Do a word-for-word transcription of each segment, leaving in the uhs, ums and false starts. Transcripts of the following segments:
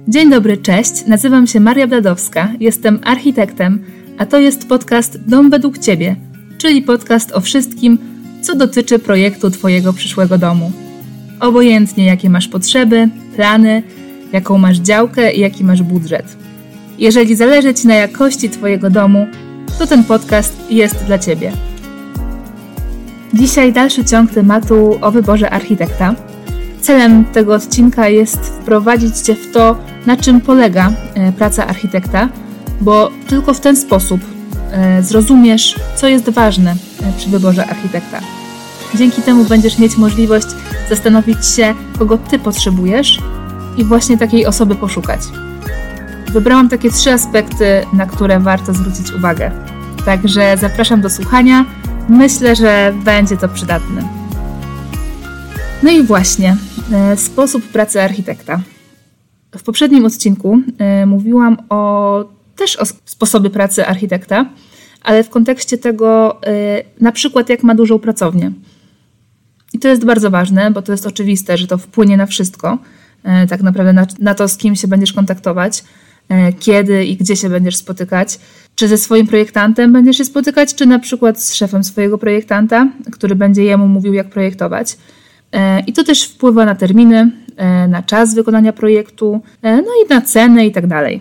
Dzień dobry, cześć. Nazywam się Maria Bladowska, jestem architektem, a to jest podcast Dom według Ciebie, czyli podcast o wszystkim, co dotyczy projektu Twojego przyszłego domu. Obojętnie jakie masz potrzeby, plany, jaką masz działkę i jaki masz budżet. Jeżeli zależy Ci na jakości Twojego domu, to ten podcast jest dla Ciebie. Dzisiaj dalszy ciąg tematu o wyborze architekta. Celem tego odcinka jest wprowadzić Cię w to, na czym polega praca architekta, bo tylko w ten sposób zrozumiesz, co jest ważne przy wyborze architekta. Dzięki temu będziesz mieć możliwość zastanowić się, kogo Ty potrzebujesz i właśnie takiej osoby poszukać. Wybrałam takie trzy aspekty, na które warto zwrócić uwagę. Także zapraszam do słuchania. Myślę, że będzie to przydatne. No i właśnie, sposób pracy architekta. W poprzednim odcinku mówiłam o, też o sposobie pracy architekta, ale w kontekście tego, na przykład jak ma dużą pracownię. I to jest bardzo ważne, bo to jest oczywiste, że to wpłynie na wszystko, tak naprawdę na, na to, z kim się będziesz kontaktować, kiedy i gdzie się będziesz spotykać. Czy ze swoim projektantem będziesz się spotykać, czy na przykład z szefem swojego projektanta, który będzie jemu mówił, jak projektować. I to też wpływa na terminy, na czas wykonania projektu, no i na cenę i tak dalej.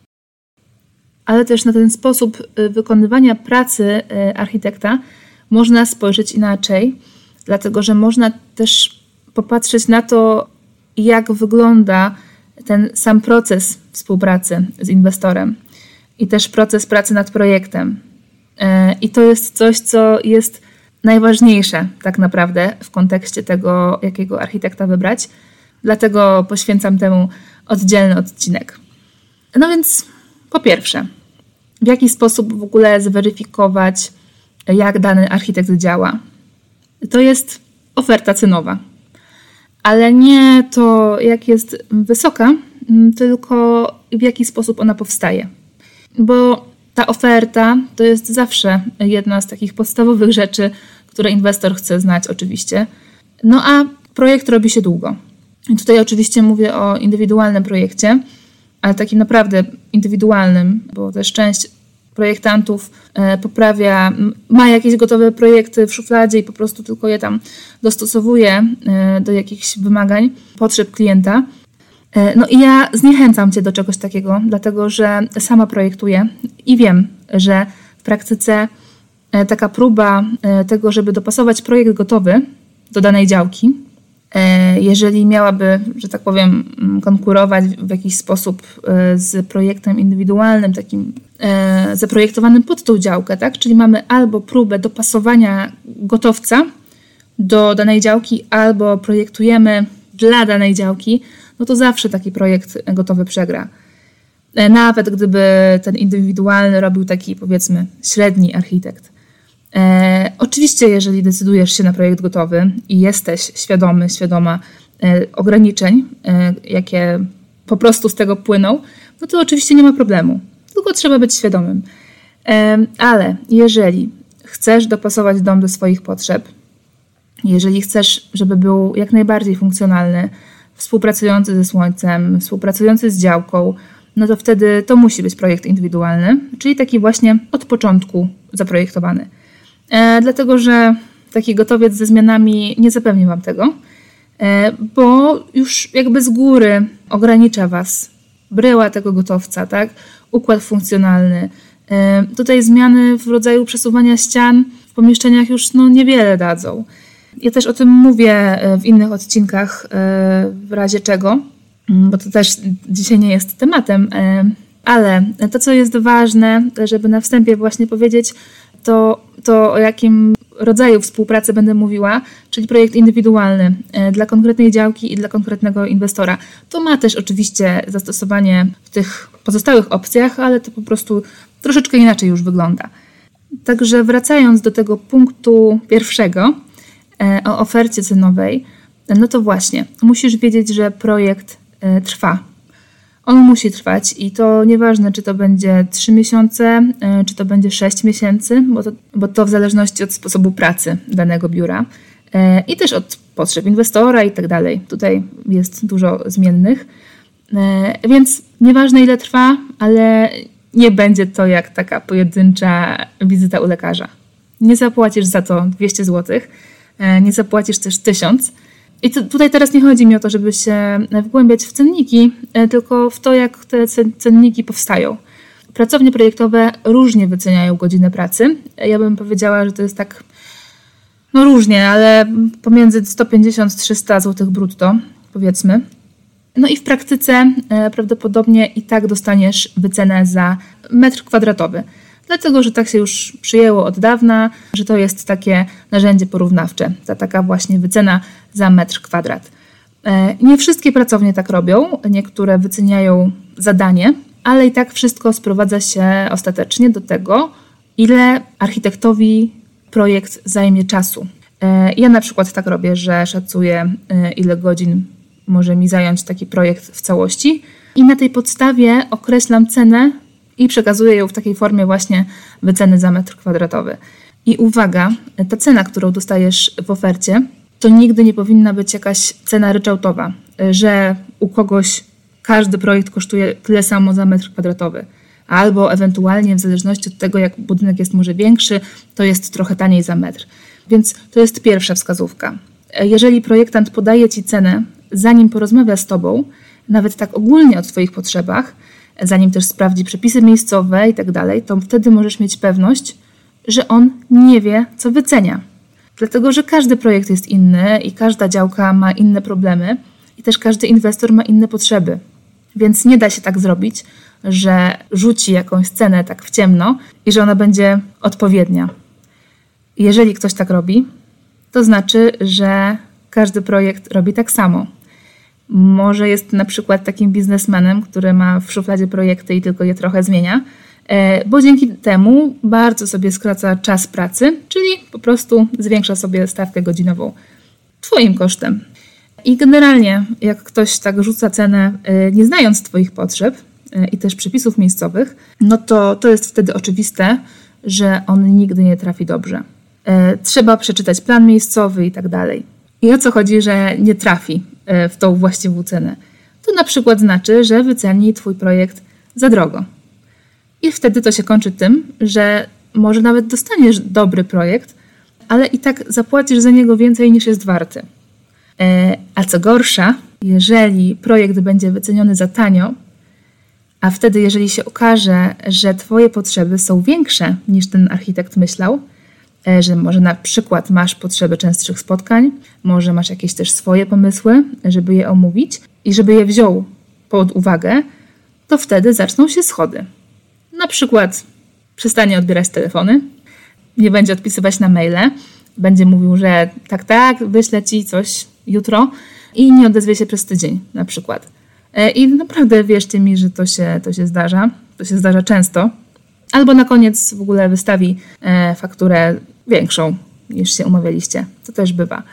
Ale też na ten sposób wykonywania pracy architekta można spojrzeć inaczej, dlatego że można też popatrzeć na to, jak wygląda ten sam proces współpracy z inwestorem i też proces pracy nad projektem. I to jest coś, co jest najważniejsze tak naprawdę w kontekście tego, jakiego architekta wybrać. Dlatego poświęcam temu oddzielny odcinek. No więc po pierwsze, w jaki sposób w ogóle zweryfikować, jak dany architekt działa? To jest oferta cenowa. Ale nie to, jak jest wysoka, tylko w jaki sposób ona powstaje. Bo ta oferta to jest zawsze jedna z takich podstawowych rzeczy, które inwestor chce znać oczywiście. No a projekt robi się długo. I tutaj oczywiście mówię o indywidualnym projekcie, ale takim naprawdę indywidualnym, bo też część projektantów poprawia, ma jakieś gotowe projekty w szufladzie i po prostu tylko je tam dostosowuje do jakichś wymagań, potrzeb klienta. No i ja zniechęcam Cię do czegoś takiego, dlatego że sama projektuję i wiem, że w praktyce taka próba tego, żeby dopasować projekt gotowy do danej działki, jeżeli miałaby, że tak powiem, konkurować w jakiś sposób z projektem indywidualnym, takim zaprojektowanym pod tą działkę, tak? Czyli mamy albo próbę dopasowania gotowca do danej działki, albo projektujemy dla danej działki, no to zawsze taki projekt gotowy przegra. Nawet gdyby ten indywidualny robił taki, powiedzmy, średni architekt. E, oczywiście, jeżeli decydujesz się na projekt gotowy i jesteś świadomy, świadoma e, ograniczeń, e, jakie po prostu z tego płyną, no to oczywiście nie ma problemu. Tylko trzeba być świadomym. E, ale jeżeli chcesz dopasować dom do swoich potrzeb, jeżeli chcesz, żeby był jak najbardziej funkcjonalny, współpracujący ze słońcem, współpracujący z działką, no to wtedy to musi być projekt indywidualny, czyli taki właśnie od początku zaprojektowany. E, dlatego, że taki gotowiec ze zmianami nie zapewni Wam tego, e, bo już jakby z góry ogranicza Was bryła tego gotowca, tak? Układ funkcjonalny. E, tutaj zmiany w rodzaju przesuwania ścian w pomieszczeniach już no, niewiele dadzą. Ja też o tym mówię w innych odcinkach, w razie czego, bo to też dzisiaj nie jest tematem, ale to, co jest ważne, żeby na wstępie właśnie powiedzieć, to, to o jakim rodzaju współpracy będę mówiła, czyli projekt indywidualny dla konkretnej działki i dla konkretnego inwestora. To ma też oczywiście zastosowanie w tych pozostałych opcjach, ale to po prostu troszeczkę inaczej już wygląda. Także wracając do tego punktu pierwszego, o ofercie cenowej, no to właśnie, musisz wiedzieć, że projekt trwa. On musi trwać i to nieważne, czy to będzie trzy miesiące, czy to będzie sześć miesięcy, bo to, bo to w zależności od sposobu pracy danego biura i też od potrzeb inwestora i tak dalej. Tutaj jest dużo zmiennych. Więc nieważne ile trwa, ale nie będzie to jak taka pojedyncza wizyta u lekarza. Nie zapłacisz za to dwieście złotych, nie zapłacisz też tysiąc. I to, tutaj teraz nie chodzi mi o to, żeby się wgłębiać w cenniki, tylko w to, jak te cenniki powstają. Pracownie projektowe różnie wyceniają godzinę pracy. Ja bym powiedziała, że to jest tak, no różnie, ale pomiędzy sto pięćdziesiąt do trzysta złotych brutto, powiedzmy. No i w praktyce prawdopodobnie i tak dostaniesz wycenę za metr kwadratowy. Dlatego, że tak się już przyjęło od dawna, że to jest takie narzędzie porównawcze, ta taka właśnie wycena za metr kwadrat. Nie wszystkie pracownie tak robią, niektóre wyceniają zadanie, ale i tak wszystko sprowadza się ostatecznie do tego, ile architektowi projekt zajmie czasu. Ja na przykład tak robię, że szacuję, ile godzin może mi zająć taki projekt w całości i na tej podstawie określam cenę i przekazuję ją w takiej formie właśnie wyceny za metr kwadratowy. I uwaga, ta cena, którą dostajesz w ofercie, to nigdy nie powinna być jakaś cena ryczałtowa, że u kogoś każdy projekt kosztuje tyle samo za metr kwadratowy. Albo ewentualnie w zależności od tego, jak budynek jest może większy, to jest trochę taniej za metr. Więc to jest pierwsza wskazówka. Jeżeli projektant podaje Ci cenę, zanim porozmawia z Tobą, nawet tak ogólnie o Twoich potrzebach, zanim też sprawdzi przepisy miejscowe i tak dalej, to wtedy możesz mieć pewność, że on nie wie, co wycenia. Dlatego, że każdy projekt jest inny i każda działka ma inne problemy i też każdy inwestor ma inne potrzeby. Więc nie da się tak zrobić, że rzuci jakąś cenę tak w ciemno i że ona będzie odpowiednia. Jeżeli ktoś tak robi, to znaczy, że każdy projekt robi tak samo. Może jest na przykład takim biznesmenem, który ma w szufladzie projekty i tylko je trochę zmienia, bo dzięki temu bardzo sobie skraca czas pracy, czyli po prostu zwiększa sobie stawkę godzinową Twoim kosztem. I generalnie, jak ktoś tak rzuca cenę, nie znając Twoich potrzeb i też przepisów miejscowych, no to to jest wtedy oczywiste, że on nigdy nie trafi dobrze. Trzeba przeczytać plan miejscowy i tak dalej. I o co chodzi, że nie trafi w tą właściwą cenę? To na przykład znaczy, że wyceni Twój projekt za drogo. I wtedy to się kończy tym, że może nawet dostaniesz dobry projekt, ale i tak zapłacisz za niego więcej niż jest warty. A co gorsza, jeżeli projekt będzie wyceniony za tanio, a wtedy jeżeli się okaże, że Twoje potrzeby są większe niż ten architekt myślał, że może na przykład masz potrzebę częstszych spotkań, może masz jakieś też swoje pomysły, żeby je omówić i żeby je wziął pod uwagę, to wtedy zaczną się schody. Na przykład przestanie odbierać telefony, nie będzie odpisywać na maile, będzie mówił, że tak, tak, wyślę Ci coś jutro i nie odezwie się przez tydzień na przykład. I naprawdę wierzcie mi, że to się, to się zdarza, to się zdarza często. Albo na koniec w ogóle wystawi fakturę większą niż się umawialiście. To też bywa.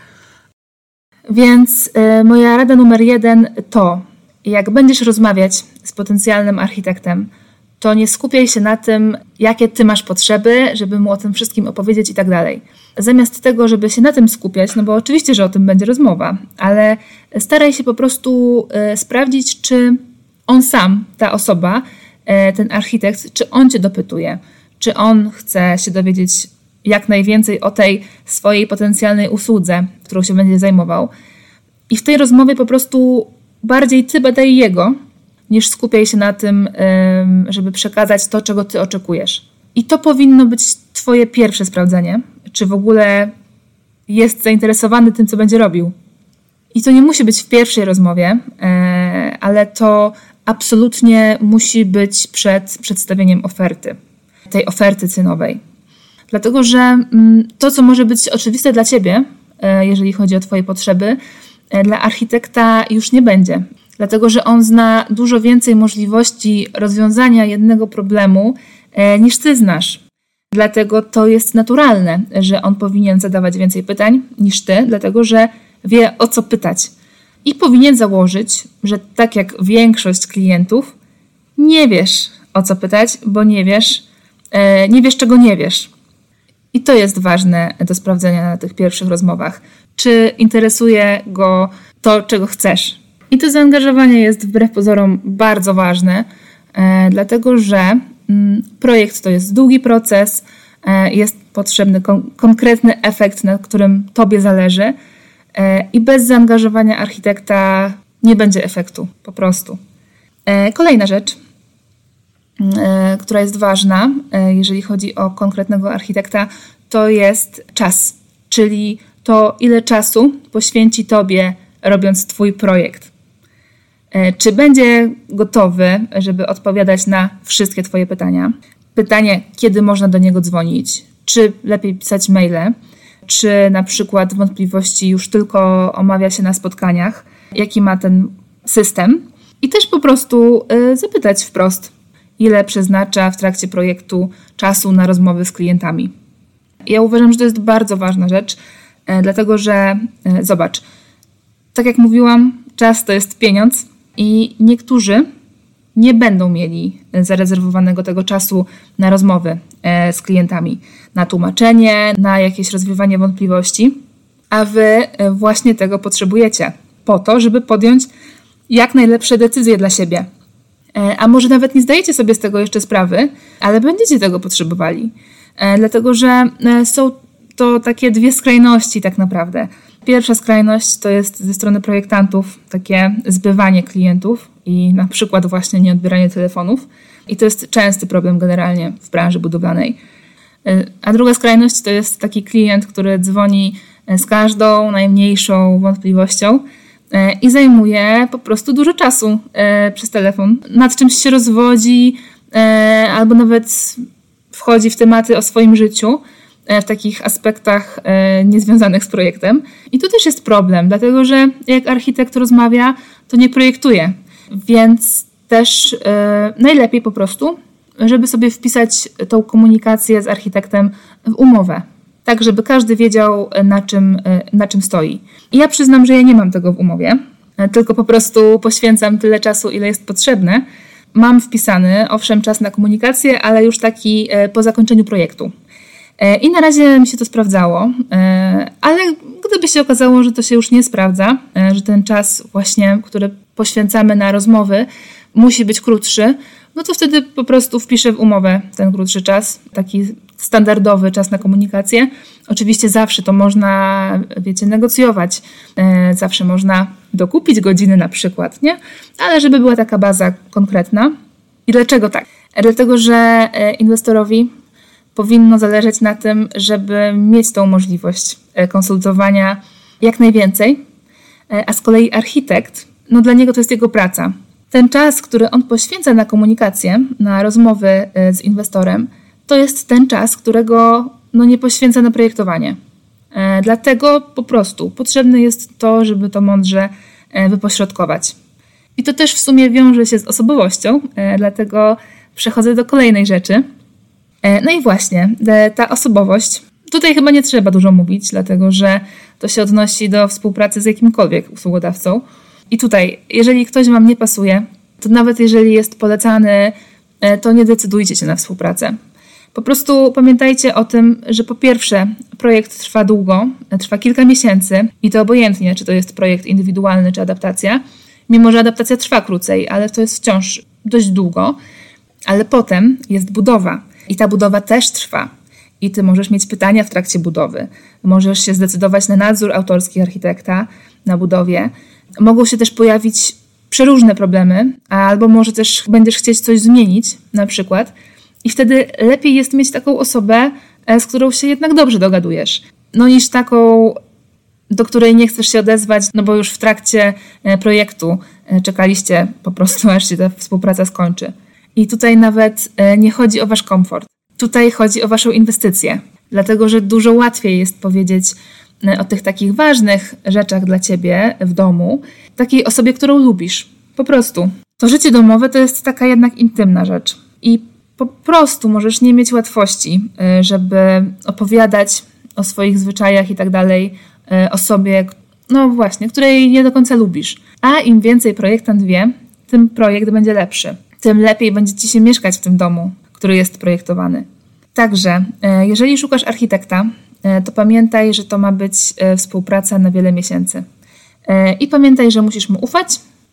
Więc moja rada numer jeden to, jak będziesz rozmawiać z potencjalnym architektem, to nie skupiaj się na tym, jakie ty masz potrzeby, żeby mu o tym wszystkim opowiedzieć i tak dalej. Zamiast tego, żeby się na tym skupiać, no bo oczywiście, że o tym będzie rozmowa, ale staraj się po prostu sprawdzić, czy on sam, ta osoba, ten architekt, czy on cię dopytuje, czy on chce się dowiedzieć jak najwięcej o tej swojej potencjalnej usłudze, którą się będzie zajmował. I w tej rozmowie po prostu bardziej ty badaj jego, niż skupiaj się na tym, żeby przekazać to, czego ty oczekujesz. I to powinno być twoje pierwsze sprawdzenie, czy w ogóle jest zainteresowany tym, co będzie robił. I to nie musi być w pierwszej rozmowie, ale to absolutnie musi być przed przedstawieniem oferty, tej oferty cenowej. Dlatego, że to, co może być oczywiste dla ciebie, jeżeli chodzi o twoje potrzeby, dla architekta już nie będzie. Dlatego, że on zna dużo więcej możliwości rozwiązania jednego problemu niż ty znasz. Dlatego to jest naturalne, że on powinien zadawać więcej pytań niż ty, dlatego, że wie, o co pytać. I powinien założyć, że tak jak większość klientów, nie wiesz, o co pytać, bo nie wiesz, nie wiesz, czego nie wiesz. I to jest ważne do sprawdzenia na tych pierwszych rozmowach. Czy interesuje go to, czego chcesz? I to zaangażowanie jest wbrew pozorom bardzo ważne, e, dlatego że mm, projekt to jest długi proces, e, jest potrzebny kon- konkretny efekt, na którym tobie zależy e, i bez zaangażowania architekta nie będzie efektu, po prostu. E, kolejna rzecz, e, która jest ważna, e, jeżeli chodzi o konkretnego architekta, to jest czas, czyli to, ile czasu poświęci tobie, robiąc twój projekt. Czy będzie gotowy, żeby odpowiadać na wszystkie twoje pytania? Pytanie, kiedy można do niego dzwonić? Czy lepiej pisać maile? Czy na przykład wątpliwości już tylko omawia się na spotkaniach? Jaki ma ten system? I też po prostu zapytać wprost, ile przeznacza w trakcie projektu czasu na rozmowy z klientami. Ja uważam, że to jest bardzo ważna rzecz, dlatego że zobacz, tak jak mówiłam, czas to jest pieniądz i niektórzy nie będą mieli zarezerwowanego tego czasu na rozmowy z klientami, na tłumaczenie, na jakieś rozwiewanie wątpliwości, a wy właśnie tego potrzebujecie po to, żeby podjąć jak najlepsze decyzje dla siebie. A może nawet nie zdajecie sobie z tego jeszcze sprawy, ale będziecie tego potrzebowali, dlatego że są to takie dwie skrajności tak naprawdę. Pierwsza skrajność to jest ze strony projektantów takie zbywanie klientów i na przykład właśnie nieodbieranie telefonów. I to jest częsty problem generalnie w branży budowlanej. A druga skrajność to jest taki klient, który dzwoni z każdą najmniejszą wątpliwością i zajmuje po prostu dużo czasu przez telefon. Nad czymś się rozwodzi albo nawet wchodzi w tematy o swoim życiu, w takich aspektach e, niezwiązanych z projektem. I tu też jest problem, dlatego że jak architekt rozmawia, to nie projektuje. Więc też e, najlepiej po prostu, żeby sobie wpisać tą komunikację z architektem w umowę. Tak, żeby każdy wiedział, na czym, e, na czym stoi. I ja przyznam, że ja nie mam tego w umowie, e, tylko po prostu poświęcam tyle czasu, ile jest potrzebne. Mam wpisany, owszem, czas na komunikację, ale już taki e, po zakończeniu projektu. I na razie mi się to sprawdzało, ale gdyby się okazało, że to się już nie sprawdza, że ten czas właśnie, który poświęcamy na rozmowy, musi być krótszy, no to wtedy po prostu wpiszę w umowę ten krótszy czas, taki standardowy czas na komunikację. Oczywiście zawsze to można, wiecie, negocjować, zawsze można dokupić godziny na przykład, nie? Ale żeby była taka baza konkretna. I dlaczego tak? Dlatego, że inwestorowi powinno zależeć na tym, żeby mieć tą możliwość konsultowania jak najwięcej, a z kolei architekt, no dla niego to jest jego praca. Ten czas, który on poświęca na komunikację, na rozmowy z inwestorem, to jest ten czas, którego no, nie poświęca na projektowanie. Dlatego po prostu potrzebne jest to, żeby to mądrze wypośrodkować. I to też w sumie wiąże się z osobowością, dlatego przechodzę do kolejnej rzeczy. No i właśnie, ta osobowość, tutaj chyba nie trzeba dużo mówić, dlatego że to się odnosi do współpracy z jakimkolwiek usługodawcą. I tutaj, jeżeli ktoś wam nie pasuje, to nawet jeżeli jest polecany, to nie decydujcie się na współpracę. Po prostu pamiętajcie o tym, że po pierwsze projekt trwa długo, trwa kilka miesięcy i to obojętnie, czy to jest projekt indywidualny, czy adaptacja, mimo że adaptacja trwa krócej, ale to jest wciąż dość długo, ale potem jest budowa. I ta budowa też trwa. I ty możesz mieć pytania w trakcie budowy. Możesz się zdecydować na nadzór autorski architekta na budowie. Mogą się też pojawić przeróżne problemy, albo może też będziesz chcieć coś zmienić na przykład. I wtedy lepiej jest mieć taką osobę, z którą się jednak dobrze dogadujesz. No niż taką, do której nie chcesz się odezwać, no bo już w trakcie projektu czekaliście po prostu, aż się ta współpraca skończy. I tutaj nawet nie chodzi o wasz komfort. Tutaj chodzi o waszą inwestycję. Dlatego, że dużo łatwiej jest powiedzieć o tych takich ważnych rzeczach dla ciebie w domu, takiej osobie, którą lubisz. Po prostu. To życie domowe to jest taka jednak intymna rzecz. I po prostu możesz nie mieć łatwości, żeby opowiadać o swoich zwyczajach i tak dalej osobie, no właśnie, której nie do końca lubisz. A im więcej projektant wie, tym projekt będzie lepszy. Tym lepiej będzie ci się mieszkać w tym domu, który jest projektowany. Także, jeżeli szukasz architekta, to pamiętaj, że to ma być współpraca na wiele miesięcy. I pamiętaj, że musisz mu ufać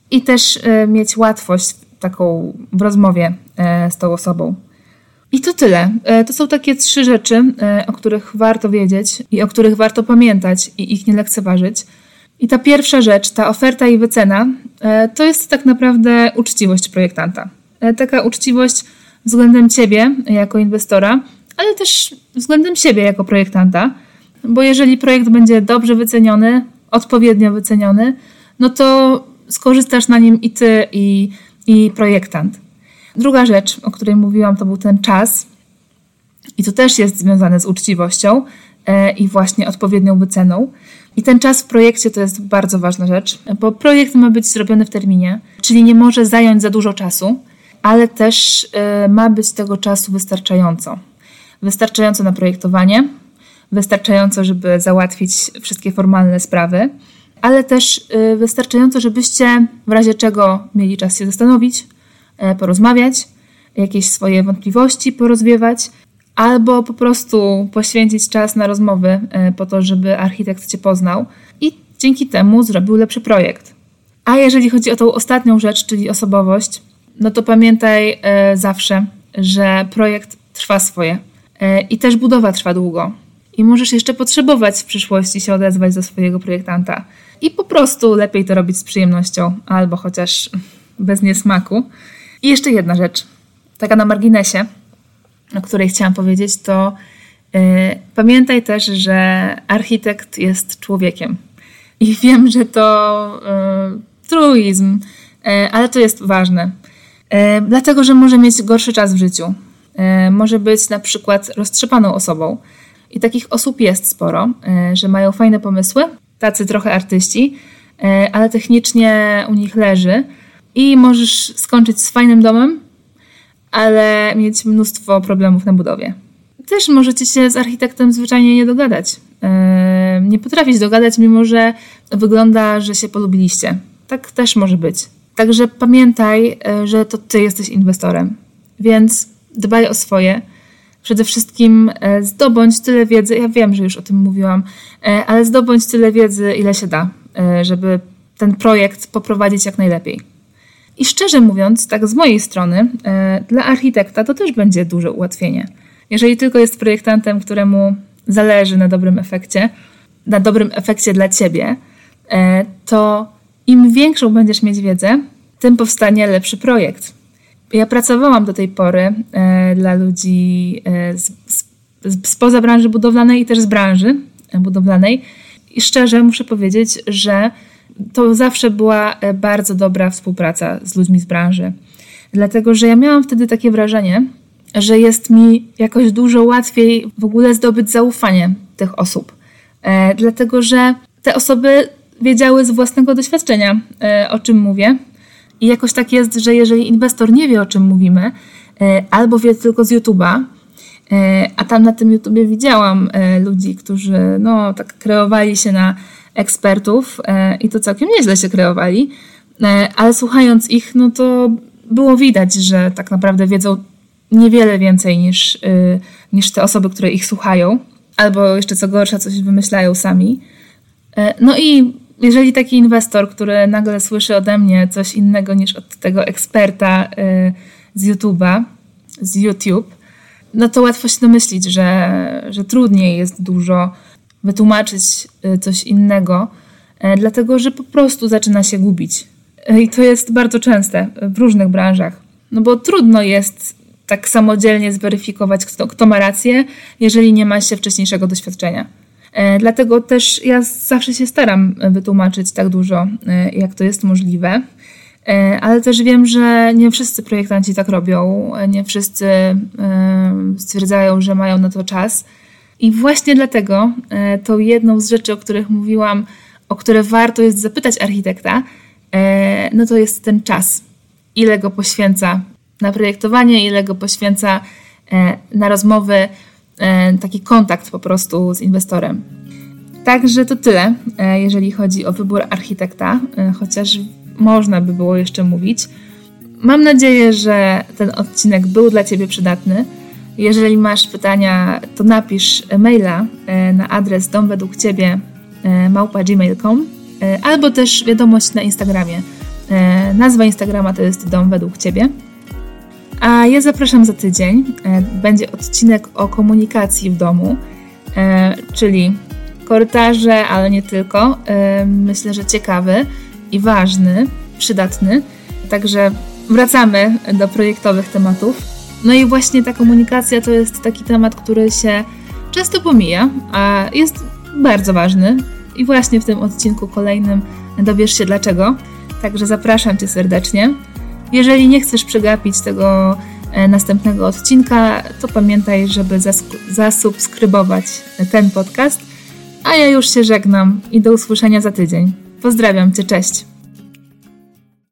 i też mieć łatwość taką w rozmowie z tą osobą. I to tyle. To są takie trzy rzeczy, o których warto wiedzieć i o których warto pamiętać i ich nie lekceważyć. I ta pierwsza rzecz, ta oferta i wycena, to jest tak naprawdę uczciwość projektanta. Taka uczciwość względem ciebie jako inwestora, ale też względem siebie jako projektanta, bo jeżeli projekt będzie dobrze wyceniony, odpowiednio wyceniony, no to skorzystasz na nim i ty, i, i projektant. Druga rzecz, o której mówiłam, to był ten czas i to też jest związane z uczciwością e, i właśnie odpowiednią wyceną. I ten czas w projekcie to jest bardzo ważna rzecz, bo projekt ma być zrobiony w terminie, czyli nie może zająć za dużo czasu, ale też e, ma być tego czasu wystarczająco. Wystarczająco na projektowanie, wystarczająco, żeby załatwić wszystkie formalne sprawy, ale też wystarczająco, żebyście w razie czego mieli czas się zastanowić, porozmawiać, jakieś swoje wątpliwości porozwiewać, albo po prostu poświęcić czas na rozmowy po to, żeby architekt cię poznał i dzięki temu zrobił lepszy projekt. A jeżeli chodzi o tą ostatnią rzecz, czyli osobowość, no to pamiętaj zawsze, że projekt trwa swoje i też budowa trwa długo. I możesz jeszcze potrzebować w przyszłości się odezwać do swojego projektanta. I po prostu lepiej to robić z przyjemnością, albo chociaż bez niesmaku. I jeszcze jedna rzecz, taka na marginesie, o której chciałam powiedzieć, to yy, pamiętaj też, że architekt jest człowiekiem. I wiem, że to yy, truizm, yy, ale to jest ważne. Yy, dlatego, że może mieć gorszy czas w życiu. Yy, może być na przykład roztrzepaną osobą. I takich osób jest sporo, że mają fajne pomysły, tacy trochę artyści, ale technicznie u nich leży i możesz skończyć z fajnym domem, ale mieć mnóstwo problemów na budowie. Też możecie się z architektem zwyczajnie nie dogadać. Nie potrafić dogadać, mimo że wygląda, że się polubiliście. Tak też może być. Także pamiętaj, że to ty jesteś inwestorem, więc dbaj o swoje. Przede wszystkim zdobądź tyle wiedzy, ja wiem, że już o tym mówiłam, ale zdobądź tyle wiedzy, ile się da, żeby ten projekt poprowadzić jak najlepiej. I szczerze mówiąc, tak z mojej strony, dla architekta to też będzie duże ułatwienie. Jeżeli tylko jest projektantem, któremu zależy na dobrym efekcie, na dobrym efekcie dla ciebie, to im większą będziesz mieć wiedzę, tym powstanie lepszy projekt. Ja pracowałam do tej pory e, dla ludzi e, z, z, spoza branży budowlanej i też z branży budowlanej i szczerze muszę powiedzieć, że to zawsze była bardzo dobra współpraca z ludźmi z branży. Dlatego, że ja miałam wtedy takie wrażenie, że jest mi jakoś dużo łatwiej w ogóle zdobyć zaufanie tych osób. E, dlatego, że te osoby wiedziały z własnego doświadczenia, e, o czym mówię. I jakoś tak jest, że jeżeli inwestor nie wie, o czym mówimy, albo wie tylko z YouTube'a, a tam na tym YouTubie widziałam ludzi, którzy no, tak kreowali się na ekspertów i to całkiem nieźle się kreowali, ale słuchając ich, no to było widać, że tak naprawdę wiedzą niewiele więcej niż, niż te osoby, które ich słuchają, albo jeszcze co gorsza, coś wymyślają sami. No i jeżeli taki inwestor, który nagle słyszy ode mnie coś innego niż od tego eksperta z YouTube'a, z YouTube, no to łatwo się domyślić, że, że trudniej jest dużo wytłumaczyć coś innego, dlatego że po prostu zaczyna się gubić. I to jest bardzo częste w różnych branżach. No bo trudno jest tak samodzielnie zweryfikować, kto, kto ma rację, jeżeli nie ma się wcześniejszego doświadczenia. Dlatego też ja zawsze się staram wytłumaczyć tak dużo, jak to jest możliwe, ale też wiem, że nie wszyscy projektanci tak robią, nie wszyscy stwierdzają, że mają na to czas i właśnie dlatego tą jedną z rzeczy, o których mówiłam, o które warto jest zapytać architekta, no to jest ten czas. Ile go poświęca na projektowanie, ile go poświęca na rozmowy, taki kontakt po prostu z inwestorem. Także to tyle, jeżeli chodzi o wybór architekta, chociaż można by było jeszcze mówić. Mam nadzieję, że ten odcinek był dla ciebie przydatny. Jeżeli masz pytania, to napisz maila na adres domwedługciebie małpa gmail kropka com albo też wiadomość na Instagramie Nazwa Instagrama to jest Dom według Ciebie. A ja zapraszam za tydzień. Będzie odcinek o komunikacji w domu, czyli korytarze, ale nie tylko. Myślę, że ciekawy i ważny, przydatny. Także wracamy do projektowych tematów. No i właśnie ta komunikacja to jest taki temat, który się często pomija, a jest bardzo ważny. I właśnie w tym odcinku kolejnym dowiesz się dlaczego. Także zapraszam Cię serdecznie. Jeżeli nie chcesz przegapić tego następnego odcinka, to pamiętaj, żeby zasubskrybować ten podcast. A ja już się żegnam i do usłyszenia za tydzień. Pozdrawiam Cię, cześć!